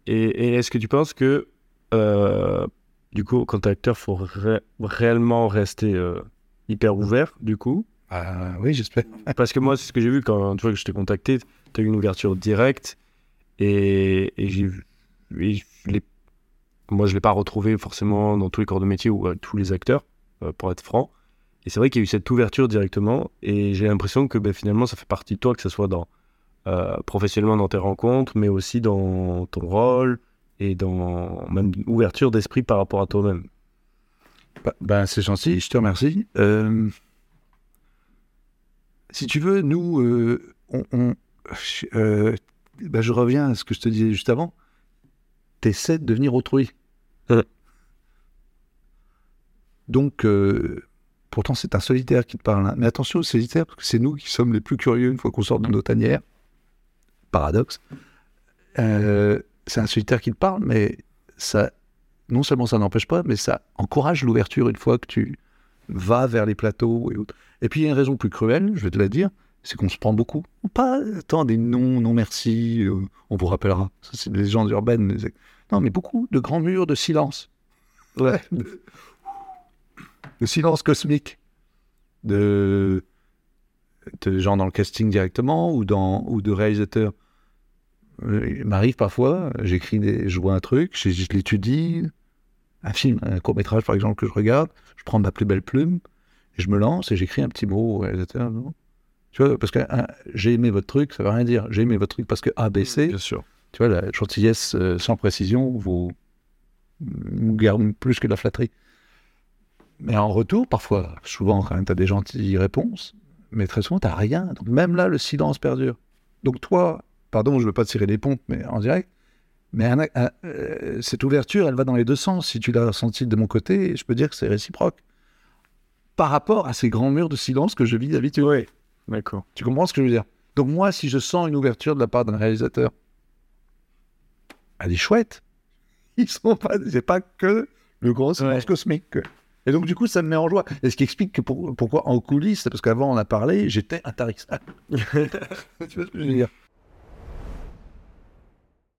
Et est-ce que tu penses que, du coup, quand t'es acteur, faut réellement rester hyper ouvert, du coup? Oui, j'espère. Parce que moi, c'est ce que j'ai vu quand tu vois que je t'ai contacté, t'as eu une ouverture directe et j'ai vu. Moi, je l'ai pas retrouvé forcément dans tous les corps de métier ou tous les acteurs, pour être franc. Et c'est vrai qu'il y a eu cette ouverture directement et j'ai l'impression que finalement, ça fait partie de toi, que ce soit professionnellement dans tes rencontres, mais aussi dans ton rôle et dans même ouverture d'esprit par rapport à toi-même. C'est gentil, je te remercie. Si tu veux, nous, je reviens à ce que je te disais juste avant. T'essaies de devenir autrui. Donc, pourtant, c'est un solitaire qui te parle. Hein. Mais attention au solitaire, parce que c'est nous qui sommes les plus curieux une fois qu'on sort de nos tanières. Paradoxe. C'est un solitaire qui te parle, mais ça, non seulement ça n'empêche pas, mais ça encourage l'ouverture une fois que tu vas vers les plateaux et autres. Et puis, il y a une raison plus cruelle, je vais te la dire, c'est qu'on se prend beaucoup. Pas tant des non merci, on vous rappellera. Ça, c'est des légendes urbaines. Non, mais beaucoup de grands murs de silence. Ouais. De silence cosmique. De gens dans le casting directement ou de réalisateurs. Il m'arrive parfois, je vois un truc, je l'étudie, un film, un court-métrage par exemple que je regarde, je prends ma plus belle plume, et je me lance et j'écris un petit mot au réalisateur. Non, tu vois, parce que j'ai aimé votre truc, ça veut rien dire. J'ai aimé votre truc parce que ABC, Bien sûr. tu vois, la gentillesse sans précision vous garde plus que la flatterie. Mais en retour, parfois, souvent quand même, tu as des gentilles réponses, mais très souvent, tu n'as rien. Donc même là, le silence perdure. Donc toi, pardon, je ne veux pas tirer les pompes, mais en direct, mais cette ouverture, elle va dans les deux sens. Si tu l'as ressenti de mon côté, je peux dire que c'est réciproque. Par rapport à ces grands murs de silence que je vis d'habitude. Oui, d'accord. Tu comprends ce que je veux dire? Donc moi, si je sens une ouverture de la part d'un réalisateur, elle est chouette. C'est pas que le gros silence cosmique. Et donc, du coup, ça me met en joie. Et ce qui explique pourquoi en coulisses, c'est parce qu'avant, on a parlé, j'étais intarissable. Tu vois ce que je veux dire?